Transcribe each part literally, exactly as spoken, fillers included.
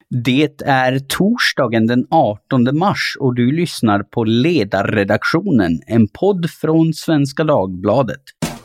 Det är torsdagen den artonde mars och du lyssnar på Ledarredaktionen, en podd från Svenska Dagbladet.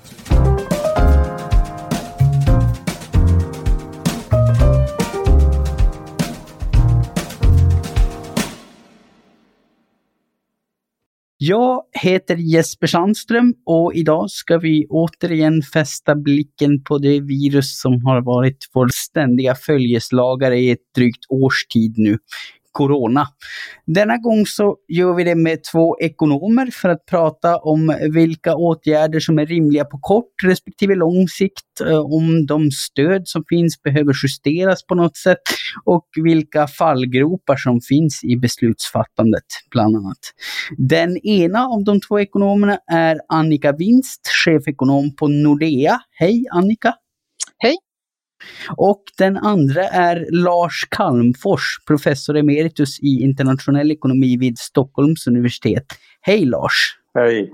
Jag heter Jesper Sandström och idag ska vi återigen fästa blicken på det virus som har varit vår ständiga följeslagare i ett drygt års tid nu, corona. Denna gång så gör vi det med två ekonomer för att prata om vilka åtgärder som är rimliga på kort respektive lång sikt, om de stöd som finns behöver justeras på något sätt och vilka fallgropar som finns i beslutsfattandet bland annat. Den ena av de två ekonomerna är Annika Winst, chefekonom på Nordea. Hej Annika! Hej! Och den andra är Lars Calmfors, professor emeritus i internationell ekonomi vid Stockholms universitet. Hej Lars! Hej!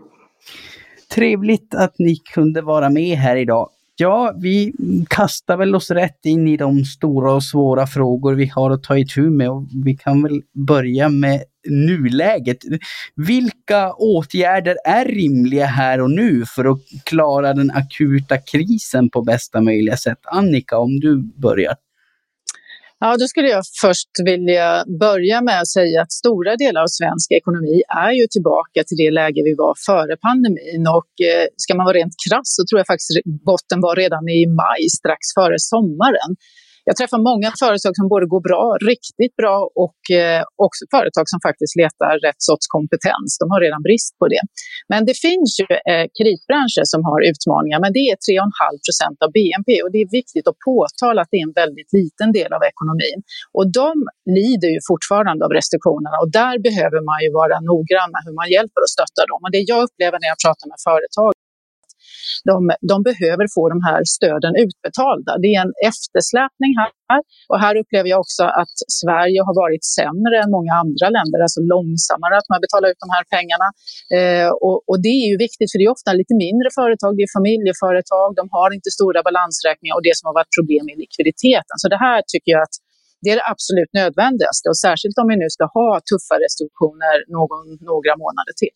Trevligt att ni kunde vara med här idag. Ja, vi kastar väl oss rätt in i de stora och svåra frågor vi har att ta itu med och vi kan väl börja med nuläget. Vilka åtgärder är rimliga här och nu för att klara den akuta krisen på bästa möjliga sätt? Annika, om du börjar. Ja, då skulle jag först vilja börja med att säga att stora delar av svensk ekonomi är ju tillbaka till det läge vi var före pandemin och eh, ska man vara rent krass så tror jag faktiskt botten var redan i maj strax före sommaren. Jag träffar många företag som både går bra, riktigt bra och eh, också företag som faktiskt letar rätt sorts kompetens. De har redan brist på det. Men det finns ju eh, krisbranscher som har utmaningar, men det är tre komma fem procent av B N P och det är viktigt att påtala att det är en väldigt liten del av ekonomin. Och de lider ju fortfarande av restriktionerna och där behöver man ju vara noggrann med hur man hjälper och stöttar dem. Och det jag upplever när jag pratar med företag, De, de behöver få de här stöden utbetalda. Det är en eftersläpning här. Och här upplever jag också att Sverige har varit sämre än många andra länder. Alltså långsammare att man betalar ut de här pengarna. Eh, och, och det är ju viktigt för det är ofta lite mindre företag. Det är familjeföretag. De har inte stora balansräkningar och det som har varit problem i likviditeten. Så det här tycker jag att det är det absolut nödvändigaste. Och särskilt om vi nu ska ha tuffa restriktioner någon, några månader till.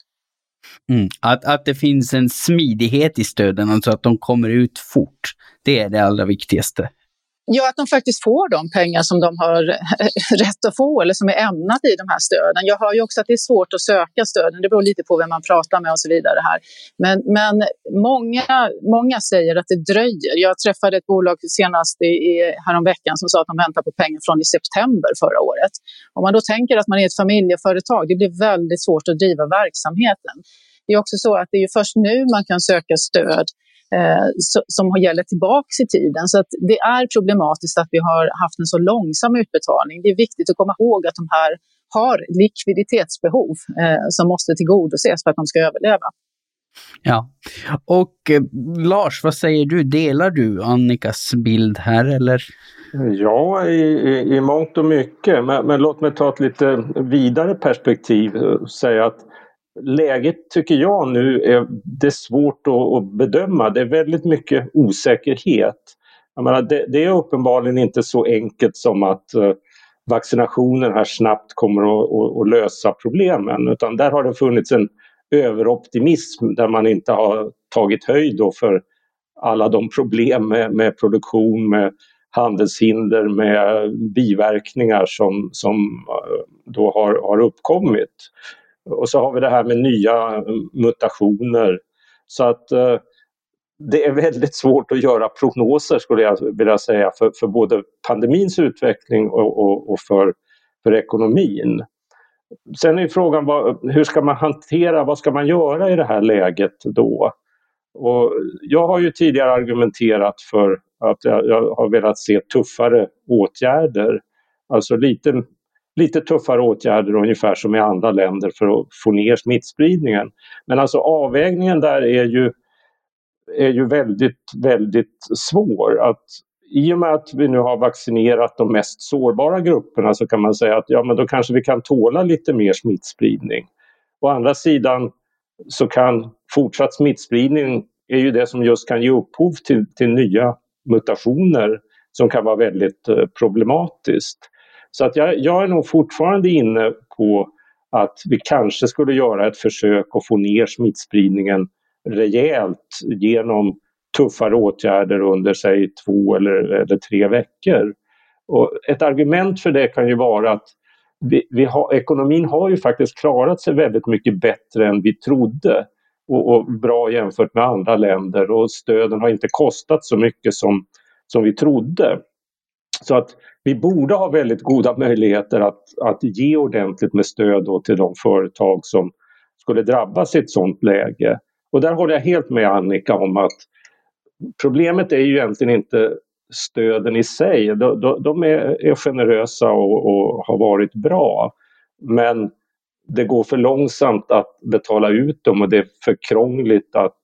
Mm. Att, att det finns en smidighet i stöden, alltså att de kommer ut fort, det är det allra viktigaste. Ja, att de faktiskt får de pengar som de har rätt att få eller som är ämnat i de här stöden. Jag hör ju också att det är svårt att söka stöden, det beror lite på vem man pratar med och så vidare här. Men, men många, många säger att det dröjer. Jag träffade ett bolag senast i, i, häromveckan som sa att de väntar på pengar från i september förra året. Om man då tänker att man är ett familjeföretag, det blir väldigt svårt att driva verksamheten. Det är också så att det är först nu man kan söka stöd eh, som gäller tillbaka i tiden. Så att det är problematiskt att vi har haft en så långsam utbetalning. Det är viktigt att komma ihåg att de här har likviditetsbehov eh, som måste tillgodoses för att de ska överleva. Ja, och eh, Lars, vad säger du? Delar du Annikas bild här eller? Ja, i, i, i mångt och mycket. Men, men låt mig ta ett lite vidare perspektiv och säga att läget tycker jag nu är det är svårt att, att bedöma. Det är väldigt mycket osäkerhet. Jag menar, det, det är uppenbarligen inte så enkelt som att uh, vaccinationen här snabbt kommer att, att, att lösa problemen. Utan där har det funnits en överoptimism där man inte har tagit höjd då för alla de problem med, med produktion, med handelshinder, med biverkningar som, som uh, då har, har uppkommit. Och så har vi det här med nya mutationer. Så att eh, det är väldigt svårt att göra prognoser skulle jag vilja säga för, för både pandemins utveckling och, och, och för, för ekonomin. Sen är frågan vad, hur ska man hantera, vad ska man göra i det här läget då? Och jag har ju tidigare argumenterat för att jag, jag har velat se tuffare åtgärder. Alltså lite... Lite tuffare åtgärder ungefär som i andra länder för att få ner smittspridningen. Men alltså avvägningen där är ju, är ju väldigt, väldigt svår. Att i och med att vi nu har vaccinerat de mest sårbara grupperna så kan man säga att ja, men då kanske vi kan tåla lite mer smittspridning. Å andra sidan så kan fortsatt smittspridning är ju det som just kan ge upphov till, till nya mutationer som kan vara väldigt eh, problematiskt. Så att jag, jag är nog fortfarande inne på att vi kanske skulle göra ett försök att få ner smittspridningen rejält genom tuffare åtgärder under säg två eller, eller tre veckor. Och ett argument för det kan ju vara att vi, vi har, ekonomin har ju faktiskt klarat sig väldigt mycket bättre än vi trodde och, och bra jämfört med andra länder, och stöden har inte kostat så mycket som, som vi trodde. Så att vi borde ha väldigt goda möjligheter att, att ge ordentligt med stöd då till de företag som skulle drabbas i ett sådant läge. Och där håller jag helt med Annika om att problemet är ju egentligen inte stöden i sig. De, de, de är, är generösa och, och har varit bra. Men det går för långsamt att betala ut dem och det är för krångligt att,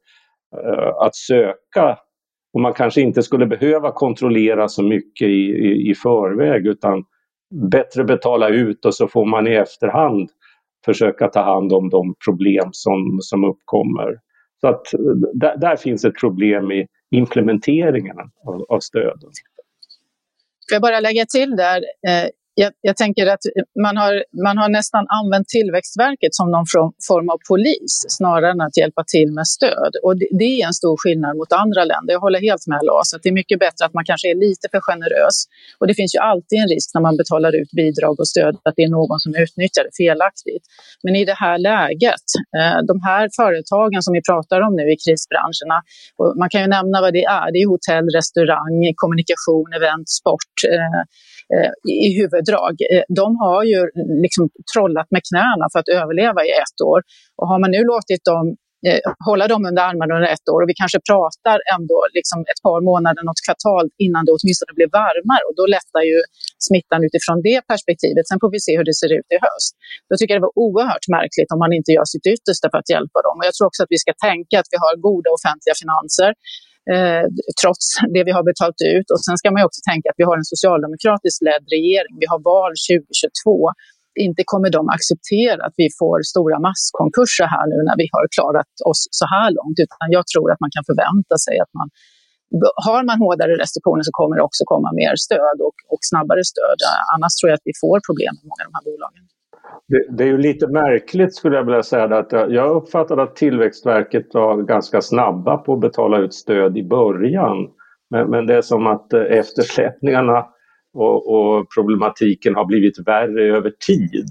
uh, att söka. Och man kanske inte skulle behöva kontrollera så mycket i, i, i förväg, utan bättre betala ut och så får man i efterhand försöka ta hand om de problem som, som uppkommer. Så att där, där finns ett problem i implementeringen av, av stöden. Får jag bara lägga till där, eh, jag, jag tänker att man har, man har nästan använt Tillväxtverket som någon form av polis snarare än att hjälpa till med stöd. Och det, det är en stor skillnad mot andra länder. Jag håller helt med Lars att det är mycket bättre att man kanske är lite för generös. Och det finns ju alltid en risk när man betalar ut bidrag och stöd att det är någon som utnyttjar det felaktigt. Men i det här läget, eh, de här företagen som vi pratar om nu i krisbranscherna, och man kan ju nämna vad det är. Det är hotell, restaurang, kommunikation, event, sport, eh, i huvuddrag. De har ju liksom trollat med knäna för att överleva i ett år. Och har man nu låtit dem eh, hålla dem under armarna under ett år, och vi kanske pratar ändå liksom ett par månader, något kvartal innan det åtminstone blir varmare, och då lättar ju smittan utifrån det perspektivet. Sen får vi se hur det ser ut i höst. Då tycker jag det var oerhört märkligt om man inte gör sitt yttersta för att hjälpa dem. Och jag tror också att vi ska tänka att vi har goda offentliga finanser. Eh, trots det vi har betalt ut, och sen ska man ju också tänka att vi har en socialdemokratiskt ledd regering, vi har val tjugo tjugotvå, inte kommer de acceptera att vi får stora masskonkurser här nu när vi har klarat oss så här långt, utan jag tror att man kan förvänta sig att man har man hårdare restriktioner så kommer det också komma mer stöd och, och snabbare stöd, annars tror jag att vi får problem med många av de här bolagen. Det, det är ju lite märkligt skulle jag vilja säga, att jag uppfattade att Tillväxtverket var ganska snabba på att betala ut stöd i början. Men, men det är som att eftersläpningarna och, och problematiken har blivit värre över tid.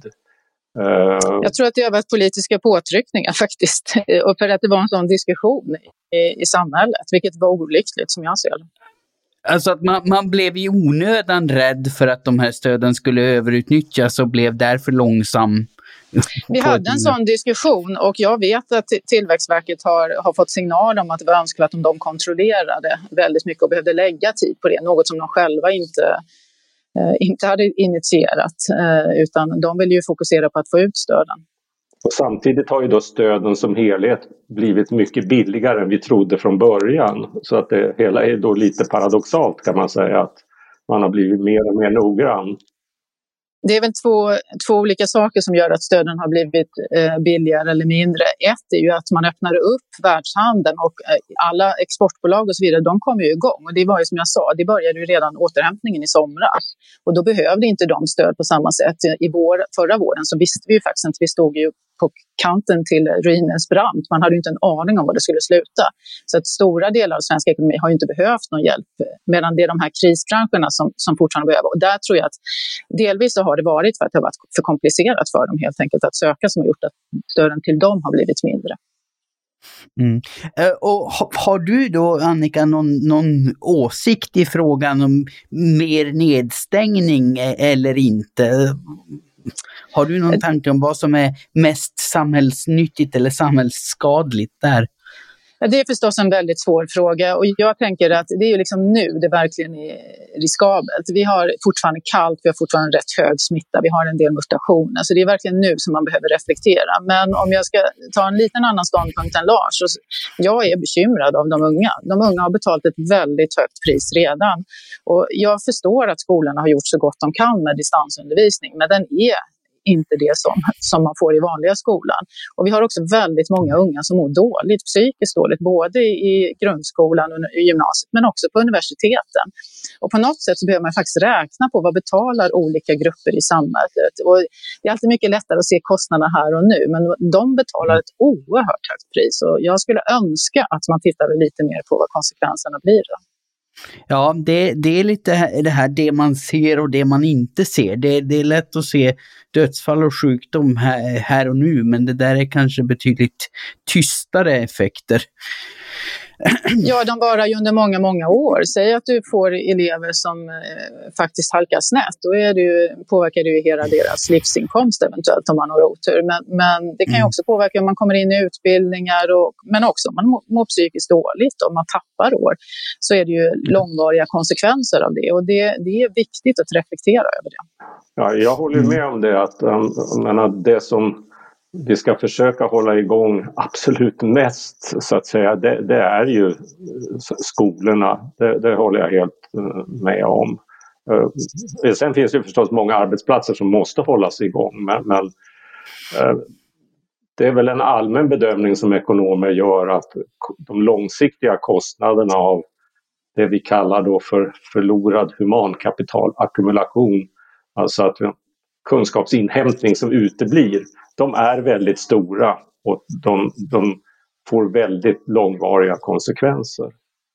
Jag tror att det har varit politiska påtryckningar faktiskt, och för att det var en sån diskussion i, i samhället, vilket var olyckligt som jag ser det. Alltså att man, man blev i onödan rädd för att de här stöden skulle överutnyttjas och blev därför långsam. Vi hade en sån diskussion, och jag vet att Tillväxtverket har, har fått signal om att det var önskvärt om de kontrollerade väldigt mycket och behövde lägga tid på det. Något som de själva inte, eh, inte hade initierat, eh, utan de ville ju fokusera på att få ut stöden. Och samtidigt har ju då stöden som helhet blivit mycket billigare än vi trodde från början. Så att det hela är då lite paradoxalt, kan man säga, att man har blivit mer och mer noggrann. Det är väl två, två olika saker som gör att stöden har blivit eh, billigare eller mindre. Ett är ju att man öppnar upp världshandeln, och eh, alla exportbolag och så vidare, de kommer ju igång. Och det var ju som jag sa, det började ju redan återhämtningen i somras. Och då behövde inte de stöd på samma sätt. I vår, förra våren så visste vi ju faktiskt inte, vi stod ju på kanten till ruinens brant. Man hade ju inte en aning om vad det skulle sluta. Så att stora delar av svensk ekonomi har ju inte behövt någon hjälp, medan det är de här krisbranscherna som, som fortfarande behöver. Och där tror jag att delvis så har det varit för att det har varit för komplicerat för dem helt enkelt att söka, som har gjort att stöden till dem har blivit mindre. Mm. Uh, och ha, har du då, Annika, någon, någon åsikt i frågan om mer nedstängning eller inte? Har du någon tanke om vad som är mest samhällsnyttigt eller samhällsskadligt där? Det är förstås en väldigt svår fråga, och jag tänker att det är ju liksom nu det verkligen är riskabelt. Vi har fortfarande kallt, vi har fortfarande rätt hög smitta, vi har en del mutationer, så det är verkligen nu som man behöver reflektera. Men om jag ska ta en liten annan ståndpunkt än Lars, så jag är bekymrad av de unga. De unga har betalt ett väldigt högt pris redan, och jag förstår att skolorna har gjort så gott de kan med distansundervisning, men den är inte det som, som man får i vanliga skolan. Och vi har också väldigt många unga som mår dåligt, psykiskt dåligt, både i grundskolan och i gymnasiet men också på universiteten. Och på något sätt så behöver man faktiskt räkna på vad betalar olika grupper i samhället. Och det är alltid mycket lättare att se kostnaderna här och nu, men de betalar ett oerhört högt pris. Och jag skulle önska att man tittade lite mer på vad konsekvenserna blir då. Ja, det, det är lite det här, det man ser och det man inte ser. Det, det är lätt att se dödsfall och sjukdom här, här och nu, men det där är kanske betydligt tystare effekter. Ja, de varar ju under många, många år. Säg att du får elever som eh, faktiskt halkar snett. Då är det ju, påverkar det ju hela deras livsinkomst eventuellt om man har otur. Men, men det kan ju också påverka om man kommer in i utbildningar. Och, men också om man mår, mår psykiskt dåligt, om man tappar år. Så är det ju långvariga konsekvenser av det. Och det, det är viktigt att reflektera över det. Ja, jag håller med om det. Att, um, menar, det som vi ska försöka hålla igång absolut mest, så att säga, det, det är ju skolorna. Det, det håller jag helt med om. Sen finns det förstås många arbetsplatser som måste hållas igång, men, men det är väl en allmän bedömning som ekonomer gör att de långsiktiga kostnaderna av det vi kallar då för förlorad humankapitalackumulation, alltså att kunskapsinhämtning som uteblir, de är väldigt stora och de, de får väldigt långvariga konsekvenser.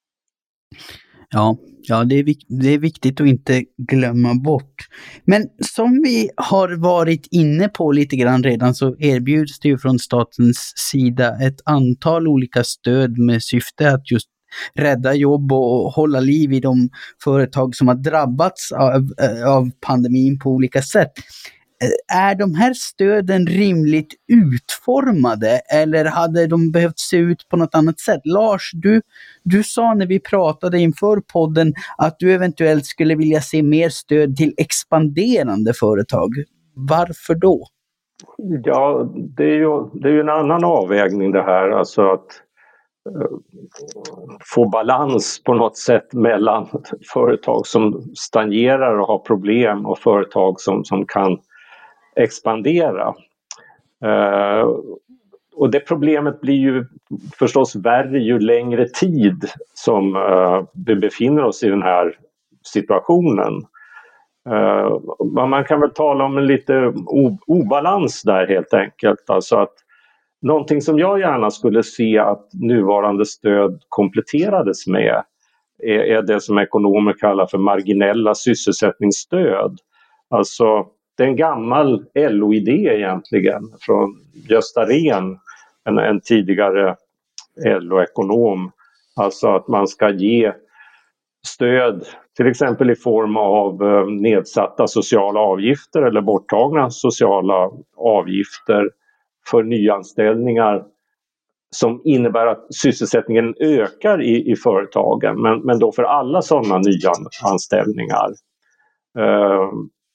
Ja, ja det, är, det är viktigt att inte glömma bort. Men som vi har varit inne på lite grann redan, så erbjuds det ju från statens sida ett antal olika stöd med syfte att just rädda jobb och hålla liv i de företag som har drabbats av, av pandemin på olika sätt. Är de här stöden rimligt utformade eller hade de behövt se ut på något annat sätt? Lars, du, du sa när vi pratade inför podden att du eventuellt skulle vilja se mer stöd till expanderande företag. Varför då? Ja, det är ju, det är ju en annan avvägning det här. Alltså att få balans på något sätt mellan företag som stagnerar och har problem och företag som, som kan expandera. Uh, och det problemet blir ju förstås värre ju längre tid som uh, vi befinner oss i den här situationen. Uh, man kan väl tala om en lite o- obalans där helt enkelt. Alltså att någonting som jag gärna skulle se att nuvarande stöd kompletterades med är, är det som ekonomer kallar för marginella sysselsättningsstöd. Alltså det är en gammal L O-idé egentligen från Gösta Rehn, en, en tidigare L O-ekonom. Alltså att man ska ge stöd till exempel i form av eh, nedsatta sociala avgifter eller borttagna sociala avgifter för nyanställningar som innebär att sysselsättningen ökar i, i företagen, men, men då för alla sådana nyanställningar. Uh,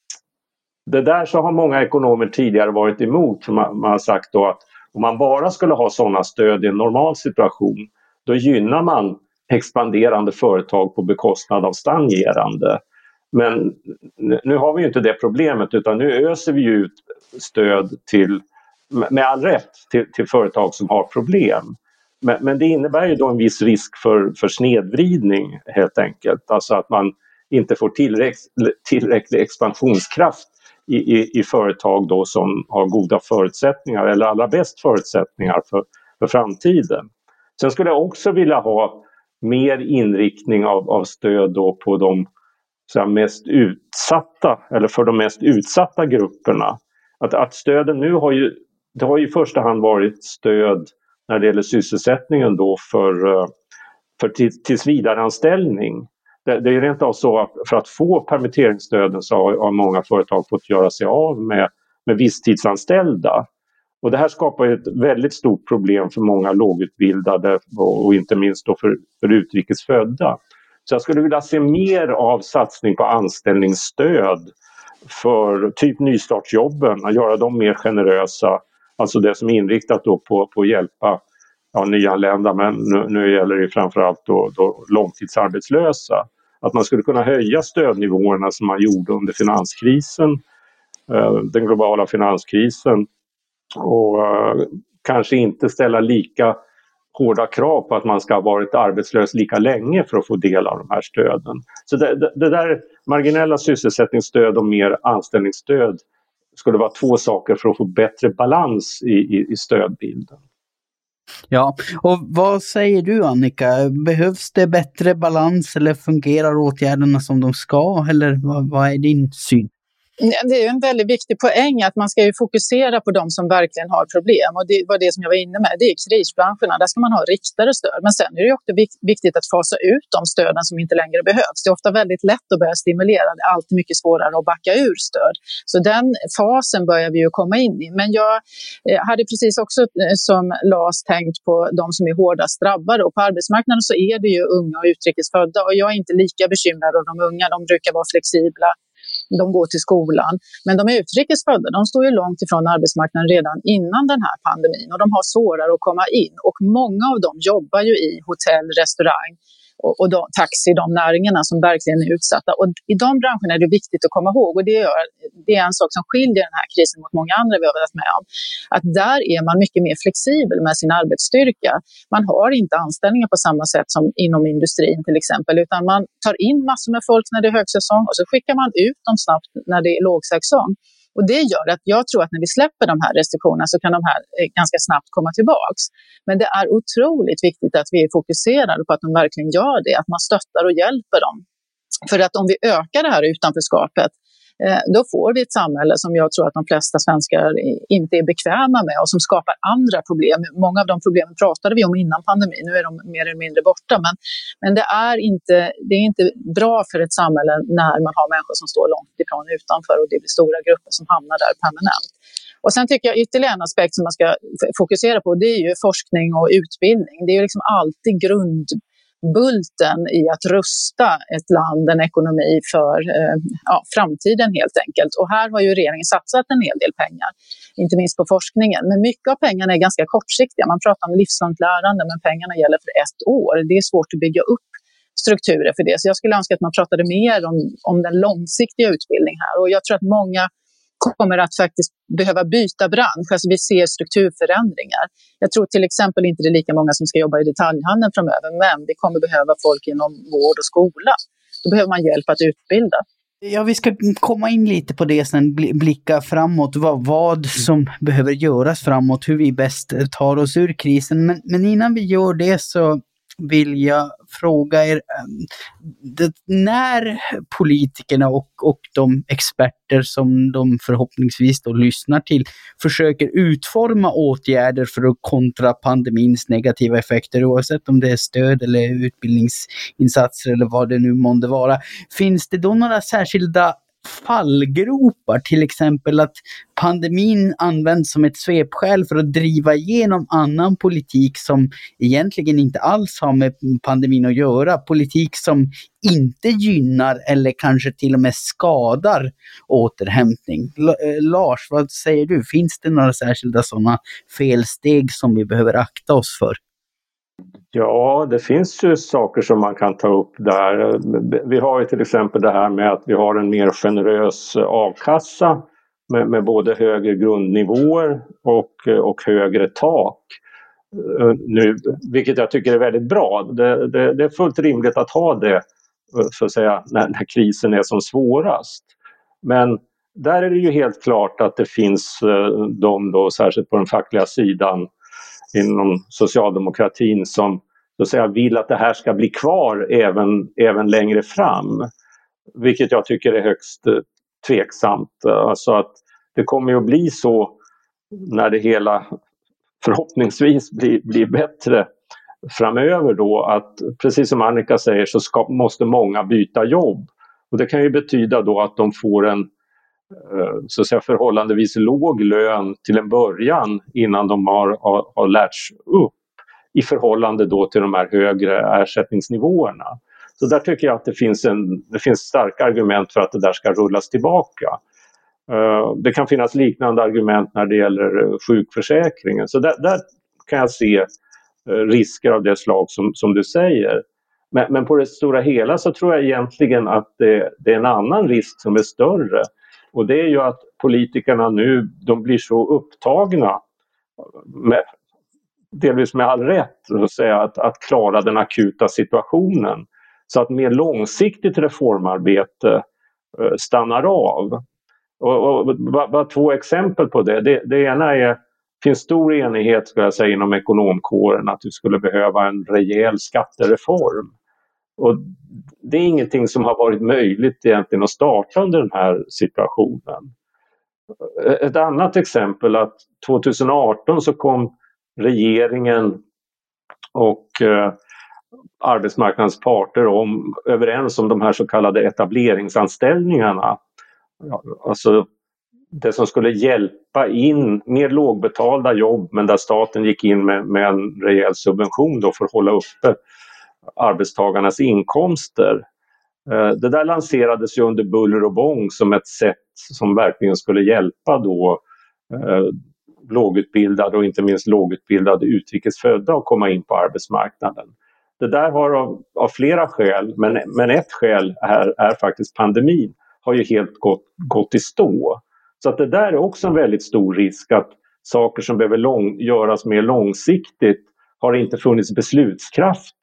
det där så har många ekonomer tidigare varit emot. Man, man har sagt då att om man bara skulle ha sådana stöd i en normal situation, då gynnar man expanderande företag på bekostnad av stagnerande. Men nu har vi ju inte det problemet, utan nu öser vi ut stöd till, med all rätt, till, till företag som har problem. Men, men det innebär ju då en viss risk för, för snedvridning helt enkelt. Alltså att man inte får tillräck, tillräcklig expansionskraft i, i, i företag då som har goda förutsättningar eller allra bäst förutsättningar för, för framtiden. Sen skulle jag också vilja ha mer inriktning av, av stöd då på de så här, mest utsatta, eller för de mest utsatta grupperna. Att, att stöden nu har ju, det har ju i första hand varit stöd när det gäller sysselsättningen då för, för tillsvidareanställning. Det, det är rent av så att för att få permitteringsstöden så har, har många företag fått göra sig av med, med visstidsanställda. Och det här skapar ju ett väldigt stort problem för många lågutbildade och, och inte minst då för, för utrikesfödda. Så jag skulle vilja se mer av satsning på anställningsstöd för typ nystartsjobben, att göra dem mer generösa. Alltså det som är inriktat då på, på att hjälpa ja, nyanlända, men nu, nu gäller det framförallt då, då långtidsarbetslösa. Att man skulle kunna höja stödnivåerna som man gjorde under finanskrisen den globala finanskrisen och kanske inte ställa lika hårda krav på att man ska ha varit arbetslös lika länge för att få del av de här stöden. Så det, det, det där marginella sysselsättningsstöd och mer anställningsstöd skulle vara två saker för att få bättre balans i, i, i stödbilden. Ja, och vad säger du Annika? Behövs det bättre balans eller fungerar åtgärderna som de ska? Eller vad, vad är din syn? Det är en väldigt viktig poäng att man ska ju fokusera på de som verkligen har problem. Och det var det som jag var inne med. Det är krisbranscherna. Där ska man ha riktade stöd. Men sen är det också viktigt att fasa ut de stöden som inte längre behövs. Det är ofta väldigt lätt att börja stimulera. Det är alltid mycket svårare att backa ur stöd. Så den fasen börjar vi ju komma in i. Men jag hade precis också som Lars tänkt på de som är hårdast drabbade. Och på arbetsmarknaden så är det ju unga och utrikesfödda. Och jag är inte lika bekymrad om de unga. De brukar vara flexibla. De går till skolan. Men de utrikesfödda, de står ju långt ifrån arbetsmarknaden redan innan den här pandemin. Och de har svårare att komma in. Och många av dem jobbar ju i hotell, restaurang och, och de, taxi, de näringarna som verkligen är utsatta. Och i de branscherna är det viktigt att komma ihåg. Och det, gör, det är en sak som skiljer den här krisen mot många andra vi har varit med om. Att där är man mycket mer flexibel med sin arbetsstyrka. Man har inte anställningar på samma sätt som inom industrin till exempel. Utan man tar in massor med folk när det är högsäsong och så skickar man ut dem snabbt när det är lågsäsong. Och det gör att jag tror att när vi släpper de här restriktionerna så kan de här ganska snabbt komma tillbaks. Men det är otroligt viktigt att vi är fokuserade på att de verkligen gör det. Att man stöttar och hjälper dem. För att om vi ökar det här utanförskapet, då får vi ett samhälle som jag tror att de flesta svenskar inte är bekväma med och som skapar andra problem. Många av de problemen pratade vi om innan pandemin, nu är de mer eller mindre borta. Men, men det, är inte, det är inte bra för ett samhälle när man har människor som står långt ifrån utanför och det blir stora grupper som hamnar där permanent. Och sen tycker jag ytterligare en aspekt som man ska fokusera på, det är ju forskning och utbildning. Det är ju liksom alltid grund bulten i att rusta ett land, en ekonomi för eh, ja, framtiden helt enkelt. Och här har ju regeringen satsat en hel del pengar, inte minst på forskningen. Men mycket av pengarna är ganska kortsiktiga. Man pratar om livslångt lärande, men pengarna gäller för ett år. Det är svårt att bygga upp strukturer för det. Så jag skulle önska att man pratade mer om, om den långsiktiga utbildningen här. Och jag tror att många kommer att faktiskt behöva byta bransch. Alltså vi ser strukturförändringar. Jag tror till exempel inte det är lika många som ska jobba i detaljhandeln framöver, men vi kommer behöva folk inom vård och skola. Då behöver man hjälp att utbilda. Ja, vi ska komma in lite på det sen, blicka framåt, vad, vad som behöver göras framåt, hur vi bäst tar oss ur krisen. Men, men innan vi gör det så vill jag fråga er, det, när politikerna och, och de experter som de förhoppningsvis då lyssnar till försöker utforma åtgärder för att kontra pandemins negativa effekter, oavsett om det är stöd eller utbildningsinsatser eller vad det nu månde vara, finns det då några särskilda fallgropar, till exempel att pandemin används som ett svepskäl för att driva igenom annan politik som egentligen inte alls har med pandemin att göra, politik som inte gynnar eller kanske till och med skadar återhämtning. L- Lars, vad säger du? Finns det några särskilda sådana felsteg som vi behöver akta oss för? Ja, det finns ju saker som man kan ta upp där. Vi har ju till exempel det här med att vi har en mer generös a-kassa med, med både högre grundnivåer och, och högre tak nu, vilket jag tycker är väldigt bra. Det, det, det är fullt rimligt att ha det, så att säga, när, när krisen är som svårast. Men där är det ju helt klart att det finns de då, särskilt på den fackliga sidan inom socialdemokratin, som så att säga vill att det här ska bli kvar även, även längre fram. Vilket jag tycker är högst tveksamt. Alltså att det kommer ju att bli så när det hela förhoppningsvis blir, blir bättre framöver då, att precis som Annika säger så ska, måste många byta jobb. Och det kan ju betyda då att de får en så att säga förhållandevis låg lön till en början innan de har, har, har lärts upp i förhållande då till de här högre ersättningsnivåerna. Så där tycker jag att det finns, en, det finns starka argument för att det där ska rullas tillbaka. Uh, det kan finnas liknande argument när det gäller sjukförsäkringen. Så där, där kan jag se uh, risker av det slag som, som du säger. Men, men på det stora hela så tror jag egentligen att det, det är en annan risk som är större. Och det är ju att politikerna nu, de blir så upptagna, med, delvis med all rätt, att säga att, att klara den akuta situationen. Så att mer långsiktigt reformarbete eh, stannar av. Och, och bara två exempel på det. Det, det ena är, det finns stor enighet ska jag säga, inom ekonomkåren att vi skulle behöva en rejäl skattereform. Och det är ingenting som har varit möjligt egentligen att starta under den här situationen. Ett annat exempel att tjugoarton så kom regeringen och eh, arbetsmarknadens parter om, överens om de här så kallade etableringsanställningarna. Alltså det som skulle hjälpa in mer lågbetalda jobb, men där staten gick in med, med en rejäl subvention då för att hålla uppe arbetstagarnas inkomster. Det där lanserades ju under buller och bång som ett sätt som verkligen skulle hjälpa då eh, lågutbildade och inte minst lågutbildade utrikesfödda att komma in på arbetsmarknaden. Det där har av, av flera skäl, men, men ett skäl är, är faktiskt pandemin, har ju helt gått, gått i stå. Så att det där är också en väldigt stor risk att saker som behöver lång, göras mer långsiktigt har inte funnits beslutskraft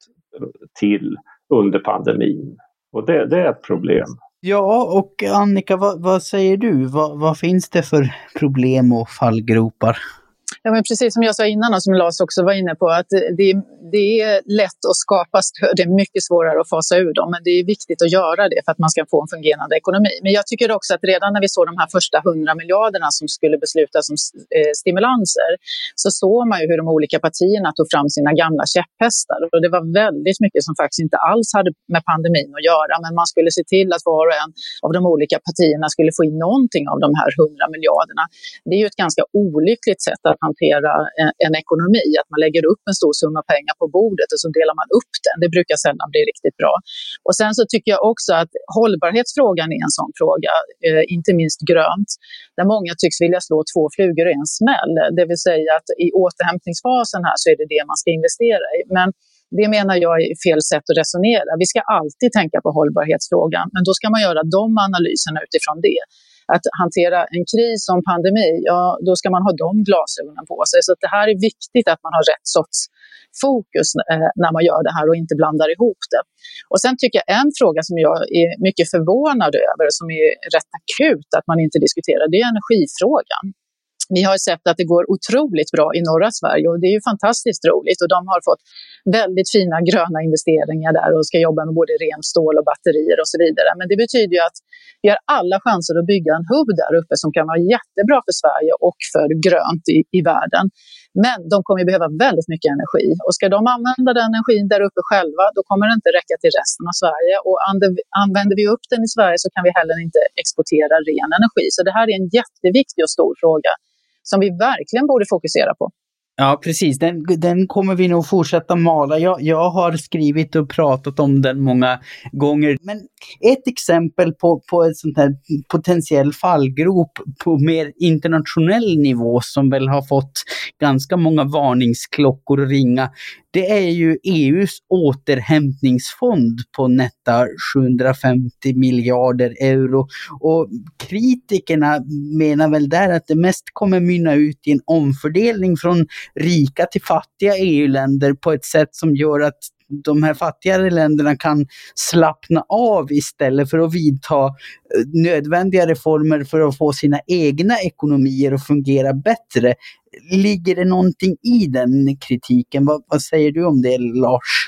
till under pandemin. Och det, det är ett problem. Ja, och Annika, vad, vad säger du? Vad, vad finns det för problem och fallgropar? Ja, men precis som jag sa innan och som Lars också var inne på, att det, det är lätt att skapa stöd, det är mycket svårare att fasa ur dem, men det är viktigt att göra det för att man ska få en fungerande ekonomi. Men jag tycker också att redan när vi såg de här första hundra miljarderna som skulle beslutas som eh, stimulanser, så såg man ju hur de olika partierna tog fram sina gamla käpphästar. Och det var väldigt mycket som faktiskt inte alls hade med pandemin att göra, men man skulle se till att var och en av de olika partierna skulle få in någonting av de här hundra miljarderna. Det är ju ett ganska olyckligt sätt att hantera en, en ekonomi, att man lägger upp en stor summa pengar på bordet och så delar man upp den. Det brukar sällan bli riktigt bra. Och sen så tycker jag också att hållbarhetsfrågan är en sån fråga, eh, inte minst grönt, där många tycks vilja slå två flugor i en smäll. Det vill säga att i återhämtningsfasen här så är det det man ska investera i. Men det menar jag är fel sätt att resonera. Vi ska alltid tänka på hållbarhetsfrågan, men då ska man göra de analyserna utifrån det. Att hantera en kris som pandemi, ja, då ska man ha de glasögonen på sig. Så att det här är viktigt att man har rätt sorts fokus eh, när man gör det här och inte blandar ihop det. Och sen tycker jag en fråga som jag är mycket förvånad över, som är rätt akut att man inte diskuterar, det är energifrågan. Vi har sett att det går otroligt bra i norra Sverige och det är ju fantastiskt roligt, och de har fått väldigt fina gröna investeringar där och ska jobba med både rent stål och batterier och så vidare. Men det betyder ju att vi har alla chanser att bygga en hubb där uppe som kan vara jättebra för Sverige och för grönt i, i världen. Men de kommer behöva väldigt mycket energi, och ska de använda den energin där uppe själva, då kommer det inte räcka till resten av Sverige, och använder vi upp den i Sverige så kan vi heller inte exportera ren energi. Så det här är en jätteviktig och stor fråga som vi verkligen borde fokusera på. Ja, precis. Den, den kommer vi nog fortsätta mala. Jag, jag har skrivit och pratat om den många gånger. Men ett exempel på, på ett sånt här potentiell fallgrop på mer internationell nivå som väl har fått ganska många varningsklockor att ringa, det är ju E U:s återhämtningsfond på nätta sjuhundrafemtio miljarder euro. Och kritikerna menar väl där att det mest kommer mynna ut i en omfördelning från rika till fattiga E U-länder på ett sätt som gör att de här fattigare länderna kan slappna av istället för att vidta nödvändiga reformer för att få sina egna ekonomier att fungera bättre. Ligger det någonting i den kritiken? Vad, vad säger du om det, Lars?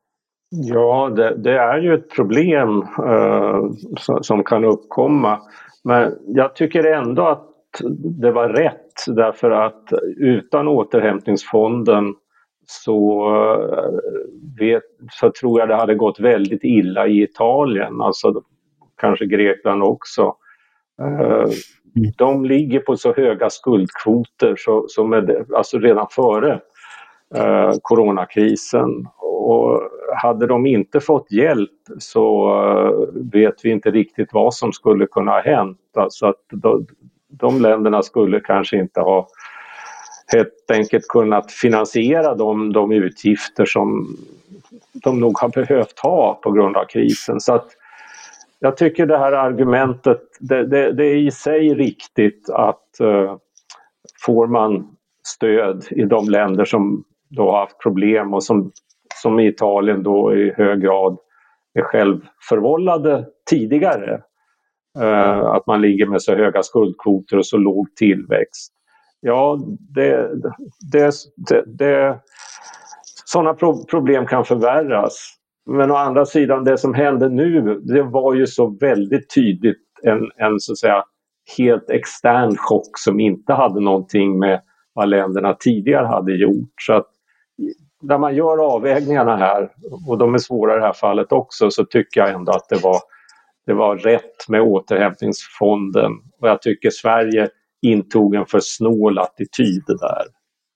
Ja, det, det är ju ett problem eh, som, som kan uppkomma. Men jag tycker ändå att det var rätt, därför att utan återhämtningsfonden så, vet, så tror jag det hade gått väldigt illa i Italien, alltså kanske Grekland också. De ligger på så höga skuldkvoter så, som är, alltså redan före eh, coronakrisen, och hade de inte fått hjälp så eh, vet vi inte riktigt vad som skulle kunna ha hänt. Alltså att de, de länderna skulle kanske inte ha helt enkelt kunnat finansiera de, de utgifter som de nog har behövt ha på grund av krisen. Så att jag tycker det här argumentet, det, det, det är i sig riktigt att uh, får man stöd i de länder som då har haft problem och som, som i Italien då i hög grad är självförvållade tidigare. Uh, att man ligger med så höga skuldkvoter och så låg tillväxt. Ja, det, det, det, det, sådana pro- problem kan förvärras. Men å andra sidan, det som hände nu, det var ju så väldigt tydligt en, en så att säga helt extern chock som inte hade någonting med vad länderna tidigare hade gjort. Så att när man gör avvägningarna här, och de är svåra i det här fallet också, så tycker jag ändå att det var, det var rätt med återhämtningsfonden. Och jag tycker Sverige intog en för snål attityd där.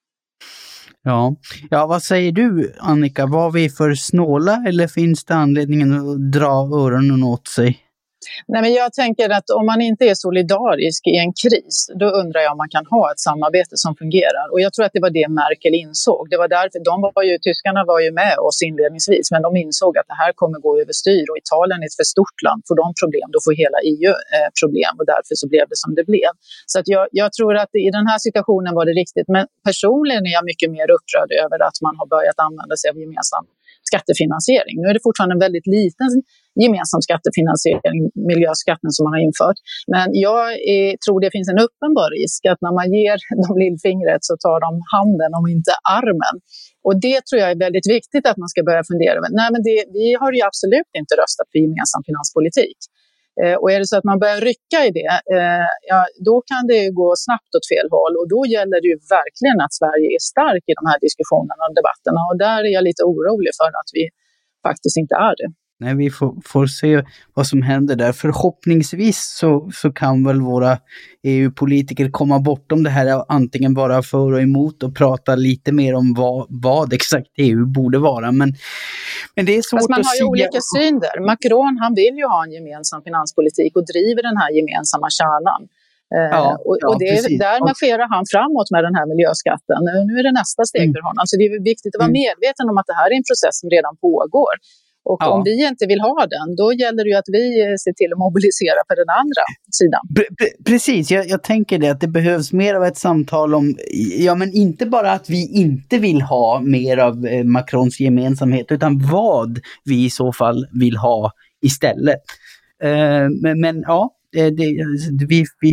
Ja. ja, vad säger du Annika? Var vi för snåla eller finns det anledningen att dra öronen åt sig? Nej, men jag tänker att om man inte är solidarisk i en kris, då undrar jag om man kan ha ett samarbete som fungerar. Och jag tror att det var det Merkel insåg. Det var därför, de var ju, tyskarna var ju med oss inledningsvis, men de insåg att det här kommer gå överstyr och Italien är ett för stort land. Får de problem, då får hela E U eh, problem och därför så blev det som det blev. Så att jag, jag tror att i den här situationen var det riktigt, men personligen är jag mycket mer upprörd över att man har börjat använda sig av gemensam skattefinansiering. Nu är det fortfarande en väldigt liten gemensam skattefinansiering, miljöskatten som man har infört. Men jag är, tror det finns en uppenbar risk att när man ger dem lillfingret så tar de handen om inte armen. Och det tror jag är väldigt viktigt att man ska börja fundera över. Nej, men det, vi har ju absolut inte röstat för gemensam finanspolitik. Eh, och är det så att man börjar rycka i det, eh, ja, då kan det ju gå snabbt åt fel håll. Och då gäller det ju verkligen att Sverige är stark i de här diskussionerna och debatterna. Och där är jag lite orolig för att vi faktiskt inte är det. Nej, vi får, får se vad som händer där. Förhoppningsvis så, så kan väl våra E U-politiker komma bortom det här, antingen vara för och emot och prata lite mer om vad, vad exakt E U borde vara. Men, men det är svårt Fast man att har ju säga. olika syn där. Macron, han vill ju ha en gemensam finanspolitik och driver den här gemensamma kärnan. Ja, och, ja, och det, där marscherar han framåt med den här miljöskatten. Nu, nu är det nästa steg mm. för honom. Så det är viktigt att vara mm. medveten om att det här är en process som redan pågår. Och ja. om vi inte vill ha den, då gäller det ju att vi ser till att mobilisera för den andra sidan. Pre- precis, jag, jag tänker det att det behövs mer av ett samtal om, ja men inte bara att vi inte vill ha mer av eh, Macrons gemensamhet, utan vad vi i så fall vill ha istället. Eh, men, men ja, det, det, vi... vi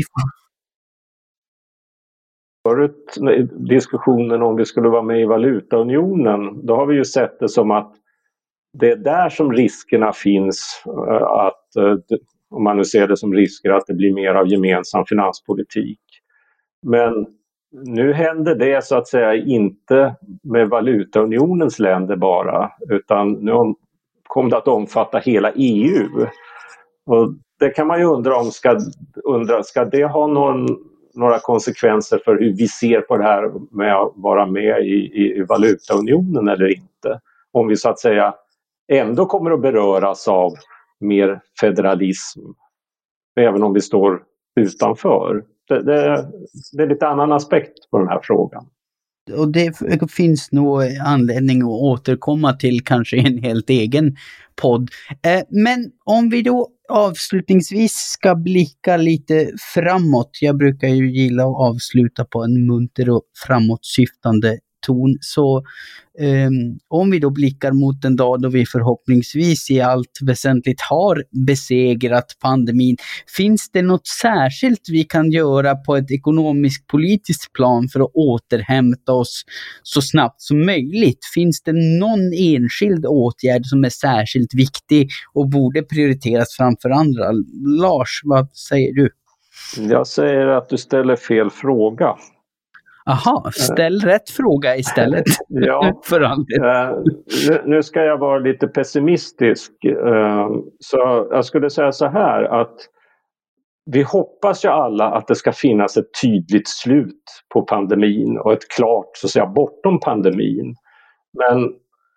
Förut diskussionen om vi skulle vara med i valutaunionen, då har vi ju sett det som att det är där som riskerna finns, att, om man nu ser det som risker, att det blir mer av gemensam finanspolitik. Men nu händer det så att säga inte med valutaunionens länder bara, utan nu kommer det att omfatta hela E U. Och det kan man ju undra om, ska, undra, ska det ha någon, några konsekvenser för hur vi ser på det här med att vara med i, i, i valutaunionen eller inte? Om vi så att säga ändå kommer att beröras av mer federalism, även om vi står utanför. Det, det, det är lite annan aspekt på den här frågan. Och det finns nog anledning att återkomma till kanske en helt egen podd. Men om vi då avslutningsvis ska blicka lite framåt. Jag brukar ju gilla att avsluta på en munter och framåtsyftande ton. Så um, om vi då blickar mot en dag då vi förhoppningsvis i allt väsentligt har besegrat pandemin, finns det något särskilt vi kan göra på ett ekonomisk politiskt plan för att återhämta oss så snabbt som möjligt? Finns det någon enskild åtgärd som är särskilt viktig och borde prioriteras framför andra? Lars, vad säger du? Jag säger att du ställer fel fråga. Aha, ställ rätt fråga istället. Ja, för uh, nu, nu ska jag vara lite pessimistisk. Uh, så jag skulle säga så här att vi hoppas ju alla att det ska finnas ett tydligt slut på pandemin och ett klart så att säga bortom pandemin. Men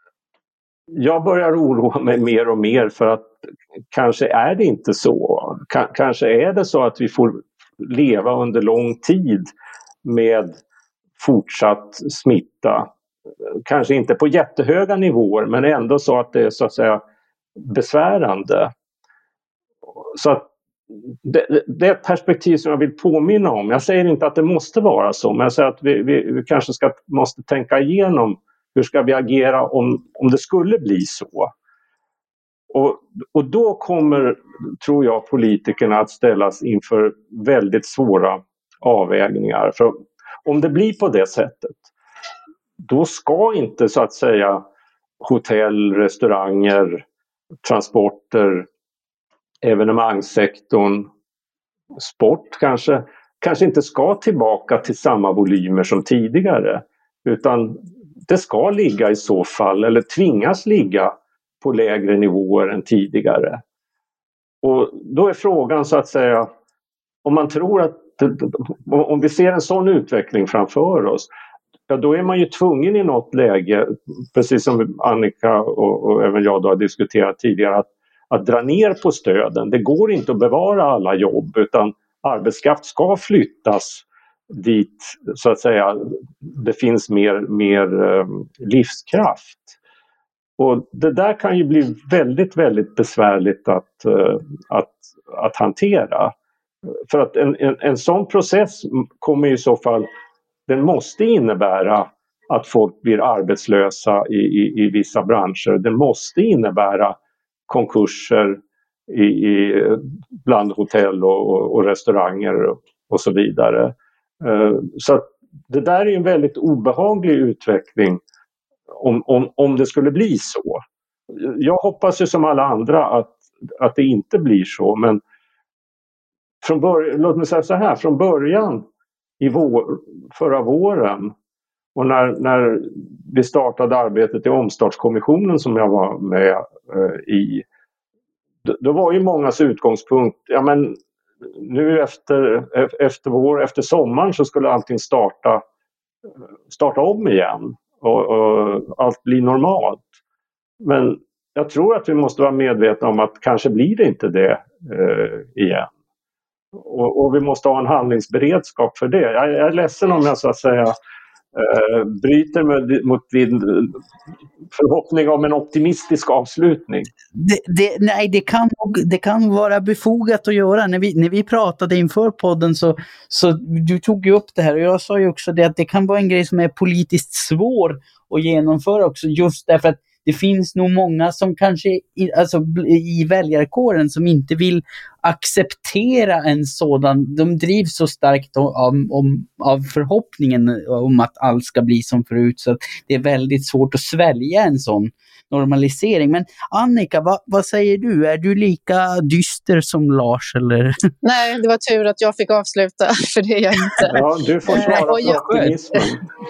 jag börjar oroa mig mer och mer för att kanske är det inte så. K- kanske är det så att vi får leva under lång tid med fortsatt smitta. Kanske inte på jättehöga nivåer, men ändå så att det är så att säga besvärande. så att det, det är ett perspektiv som jag vill påminna om. Jag säger inte att det måste vara så, men jag säger att vi, vi, vi kanske ska, måste tänka igenom hur ska vi agera om, om det skulle bli så. Och, och då kommer, tror jag, politikerna att ställas inför väldigt svåra avvägningar. För om det blir på det sättet, då ska inte så att säga hotell, restauranger, transporter, evenemangssektorn, sport kanske, kanske inte ska tillbaka till samma volymer som tidigare. Utan det ska ligga i så fall, eller tvingas ligga på lägre nivåer än tidigare. Och då är frågan så att säga, om man tror att, om vi ser en sån utveckling framför oss, ja, då är man ju tvungen i något läge, precis som Annika och, och även jag då har diskuterat tidigare, att, att dra ner på stöden. Det går inte att bevara alla jobb, utan arbetskraft ska flyttas dit så att säga det finns mer, mer um, livskraft. Och det där kan ju bli väldigt, väldigt besvärligt att, uh, att, att hantera. För att en, en, en sån process kommer i så fall, den måste innebära att folk blir arbetslösa i, i, i vissa branscher. Den måste innebära konkurser i, i, bland hotell och, och, och restauranger och, och så vidare. Uh, så att det där är en väldigt obehaglig utveckling om, om, om det skulle bli så. Jag hoppas ju som alla andra att, att det inte blir så, men från början, låt mig säga så här, från början i vår, förra våren och när, när vi startade arbetet i omstartskommissionen som jag var med uh, i, då, då var ju mångas utgångspunkt, ja men nu efter, efter vår, efter sommaren så skulle allting starta, starta om igen och, och allt blir normalt. Men jag tror att vi måste vara medvetna om att kanske blir det inte det eh, igen. Och, och vi måste ha en handlingsberedskap för det. Jag, jag är ledsen om jag så att säga eh, bryter med, mot din förhoppning om en optimistisk avslutning. Det, det, nej, det kan, det kan vara befogat att göra. När vi, när vi pratade inför podden så, så du tog ju upp det här och jag sa ju också det att det kan vara en grej som är politiskt svår att genomföra också, just därför att det finns nog många som kanske i, alltså, i väljarkåren som inte vill acceptera en sådan, de drivs så starkt av, om, av förhoppningen om att allt ska bli som förut, så att det är väldigt svårt att svälja en sån normalisering. Men Annika, vad, vad säger du? Är du lika dyster som Lars? Eller? Nej, det var tur att jag fick avsluta, för det är jag inte. Ja, du får svara på optimismen.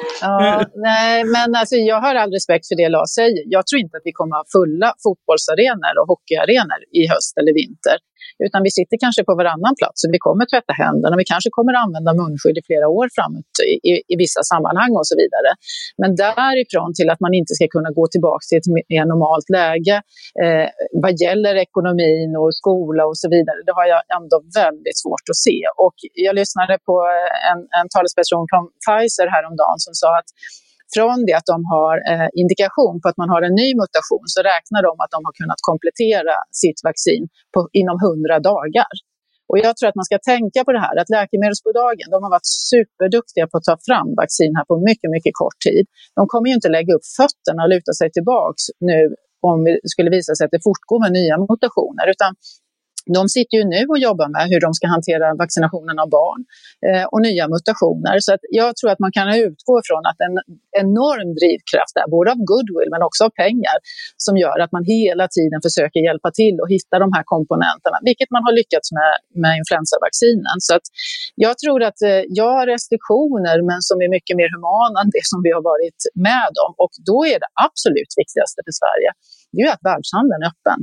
Ja, nej, men alltså, jag har all respekt för det Lars säger. Jag tror inte att vi kommer att ha fulla fotbollsarenor och hockeyarenor i höst eller vinter. Utan vi sitter kanske på varannan plats och vi kommer tvätta händerna och vi kanske kommer använda munskydd i flera år framåt i, i, i vissa sammanhang och så vidare. Men därifrån till att man inte ska kunna gå tillbaka till ett mer normalt läge eh, vad gäller ekonomin och skola och så vidare, det har jag ändå väldigt svårt att se. Och jag lyssnade på en, en talesperson från Pfizer häromdagen som sa att från det att de har eh, indikation på att man har en ny mutation så räknar de att de har kunnat komplettera sitt vaccin på, inom hundra dagar. Och jag tror att man ska tänka på det här, att läkemedelsbolagen, de har varit superduktiga på att ta fram vaccin här på mycket, mycket kort tid. De kommer ju inte lägga upp fötterna och luta sig tillbaks nu om det skulle visa sig att det fortgår med nya mutationer, utan de sitter ju nu och jobbar med hur de ska hantera vaccinationen av barn eh, och nya mutationer. Så att jag tror att man kan utgå från att en enorm drivkraft är både av goodwill men också av pengar som gör att man hela tiden försöker hjälpa till och hitta de här komponenterna, vilket man har lyckats med med influensavaccinen. Så att jag tror att eh, ja, restriktioner men som är mycket mer humana än det som vi har varit med om, och då är det absolut viktigaste för Sverige, det är ju att världshandeln är öppen.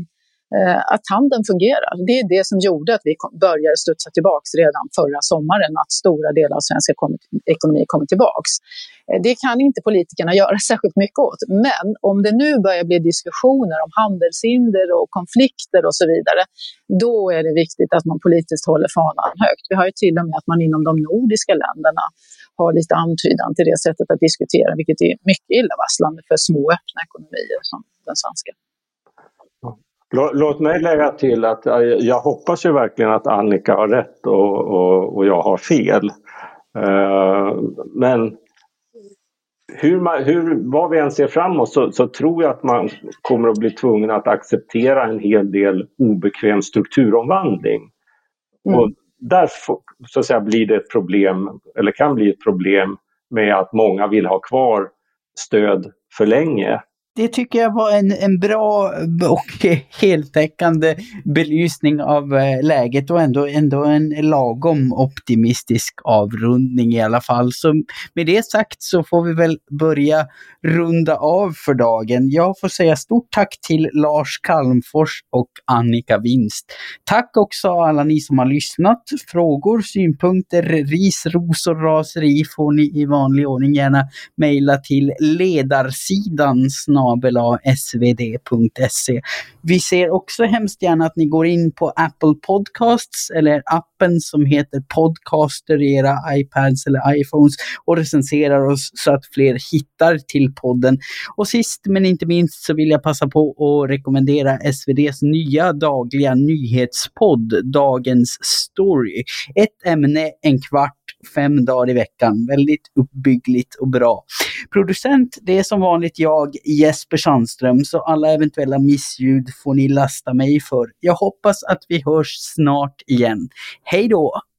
Att handeln fungerar. Det är det som gjorde att vi började studsa tillbaka redan förra sommaren, att stora delar av svensk ekonomi kommer tillbaka. Det kan inte politikerna göra särskilt mycket åt, men om det nu börjar bli diskussioner om handelshinder och konflikter och så vidare, då är det viktigt att man politiskt håller fanan högt. Vi har ju till och med att man inom de nordiska länderna har lite antydan till det sättet att diskutera, vilket är mycket illavarslande för små öppna ekonomier som den svenska. Låt mig lägga till att jag hoppas ju verkligen att Annika har rätt och, och, och jag har fel. Men hur man, hur, vad vi än ser framåt så, så tror jag att man kommer att bli tvungen att acceptera en hel del obekväm strukturomvandling. Mm. Och där så att säga, blir det ett problem, eller kan bli ett problem med att många vill ha kvar stöd för länge. Det tycker jag var en, en bra och heltäckande belysning av läget och ändå, ändå en lagom optimistisk avrundning i alla fall. Så med det sagt så får vi väl börja runda av för dagen. Jag får säga stort tack till Lars Calmfors och Annika Winst. Tack också alla ni som har lyssnat. Frågor, synpunkter, ris, ros och raseri får ni i vanlig ordning gärna mejla till ledarsidan snabel-a s v d punkt se. Vi ser också hemskt gärna att ni går in på Apple Podcasts eller appen som heter Podcaster i era iPads eller iPhones och recenserar oss så att fler hittar till podden. Och sist men inte minst så vill jag passa på att rekommendera S V D:s nya dagliga nyhetspodd Dagens Story. Ett ämne, en kvart, fem dagar i veckan. Väldigt uppbyggligt och bra. Producent, det är som vanligt jag, Jesper Sandström, så alla eventuella missljud får ni lasta mig för. Jag hoppas att vi hörs snart igen. Hej då!